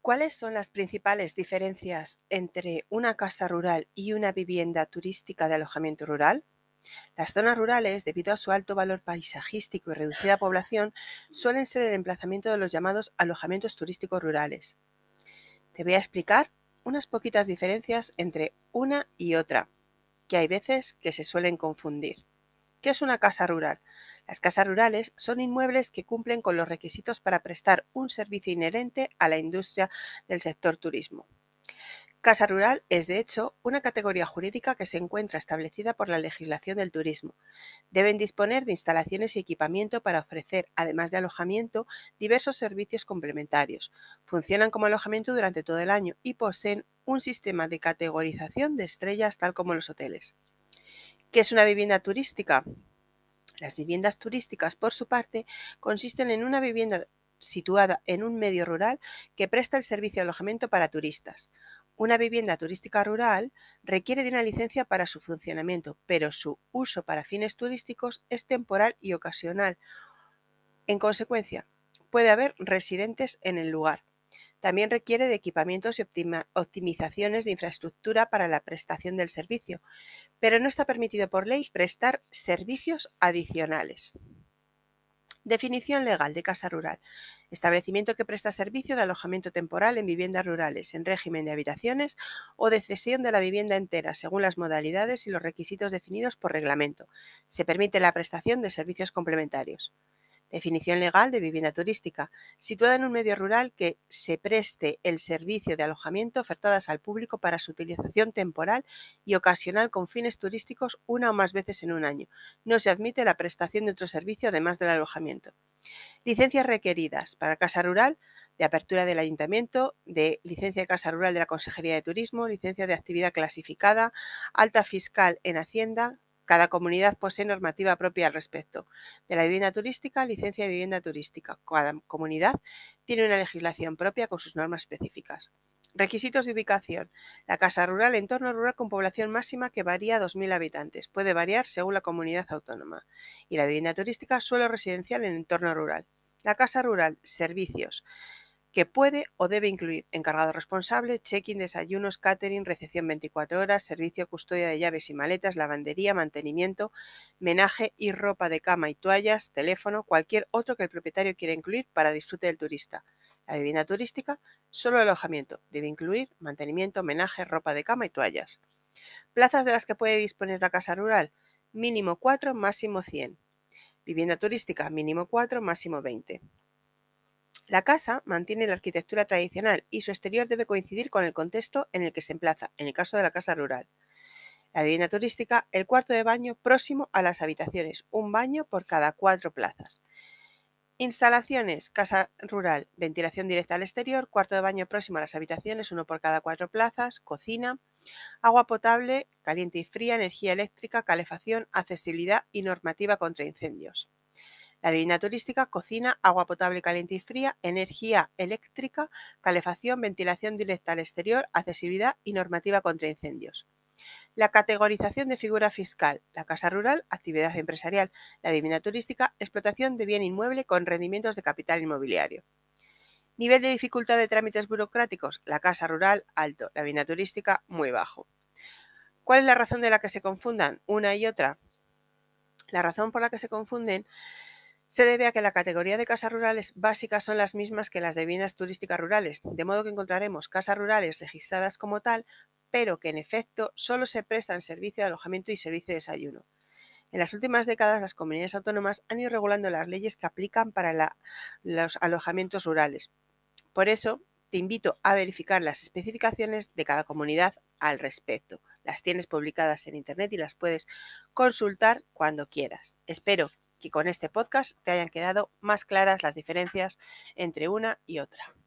¿Cuáles son las principales diferencias entre una casa rural y una vivienda turística de alojamiento rural? Las zonas rurales, debido a su alto valor paisajístico y reducida población, suelen ser el emplazamiento de los llamados alojamientos turísticos rurales. Te voy a explicar unas poquitas diferencias entre una y otra, que hay veces que se suelen confundir. ¿Qué es una casa rural? Las casas rurales son inmuebles que cumplen con los requisitos para prestar un servicio inherente a la industria del sector turismo. Casa rural es, de hecho, una categoría jurídica que se encuentra establecida por la legislación del turismo. Deben disponer de instalaciones y equipamiento para ofrecer, además de alojamiento, diversos servicios complementarios. Funcionan como alojamiento durante todo el año y poseen un sistema de categorización de estrellas tal como los hoteles. ¿Qué es una vivienda turística? Las viviendas turísticas, por su parte, consisten en una vivienda situada en un medio rural que presta el servicio de alojamiento para turistas. Una vivienda turística rural requiere de una licencia para su funcionamiento, pero su uso para fines turísticos es temporal y ocasional. En consecuencia, puede haber residentes en el lugar. También requiere de equipamientos y optimizaciones de infraestructura para la prestación del servicio, pero no está permitido por ley prestar servicios adicionales. Definición legal de casa rural. Establecimiento que presta servicio de alojamiento temporal en viviendas rurales en régimen de habitaciones o de cesión de la vivienda entera según las modalidades y los requisitos definidos por reglamento. Se permite la prestación de servicios complementarios. Definición legal de vivienda turística. Situada en un medio rural que se preste el servicio de alojamiento ofertadas al público para su utilización temporal y ocasional con fines turísticos una o más veces en un año. No se admite la prestación de otro servicio además del alojamiento. Licencias requeridas para casa rural, de apertura del ayuntamiento, de licencia de casa rural de la Consejería de Turismo, licencia de actividad clasificada, alta fiscal en Hacienda. Cada comunidad posee normativa propia al respecto. De la vivienda turística, licencia de vivienda turística. Cada comunidad tiene una legislación propia con sus normas específicas. Requisitos de ubicación. La casa rural, entorno rural con población máxima que varía a 2.000 habitantes. Puede variar según la comunidad autónoma. Y la vivienda turística, suelo residencial en entorno rural. La casa rural, servicios, que puede o debe incluir encargado responsable, check-in, desayunos, catering, recepción 24 horas, servicio, custodia de llaves y maletas, lavandería, mantenimiento, menaje y ropa de cama y toallas, teléfono, cualquier otro que el propietario quiera incluir para disfrute del turista. La vivienda turística, solo alojamiento, debe incluir mantenimiento, menaje, ropa de cama y toallas. Plazas de las que puede disponer la casa rural, mínimo 4, máximo 100. Vivienda turística, mínimo 4, máximo 20. La casa mantiene la arquitectura tradicional y su exterior debe coincidir con el contexto en el que se emplaza, en el caso de la casa rural. La vivienda turística, el cuarto de baño próximo a las habitaciones, un baño por cada 4 plazas. Instalaciones, casa rural, ventilación directa al exterior, cuarto de baño próximo a las habitaciones, uno por cada 4 plazas, cocina, agua potable, caliente y fría, energía eléctrica, calefacción, accesibilidad y normativa contra incendios. La vivienda turística, cocina, agua potable caliente y fría, energía eléctrica, calefacción, ventilación directa al exterior, accesibilidad y normativa contra incendios. La categorización de figura fiscal, la casa rural, actividad empresarial, la vivienda turística, explotación de bien inmueble con rendimientos de capital inmobiliario. Nivel de dificultad de trámites burocráticos, la casa rural, alto, la vivienda turística, muy bajo. ¿Cuál es la razón de la que se confundan una y otra? La razón por la que se confunden se debe a que la categoría de casas rurales básicas son las mismas que las de viviendas turísticas rurales, de modo que encontraremos casas rurales registradas como tal, pero que en efecto solo se prestan servicio de alojamiento y servicio de desayuno. En las últimas décadas, las comunidades autónomas han ido regulando las leyes que aplican para los alojamientos rurales. Por eso, te invito a verificar las especificaciones de cada comunidad al respecto. Las tienes publicadas en Internet y las puedes consultar cuando quieras. Espero que con este podcast te hayan quedado más claras las diferencias entre una y otra.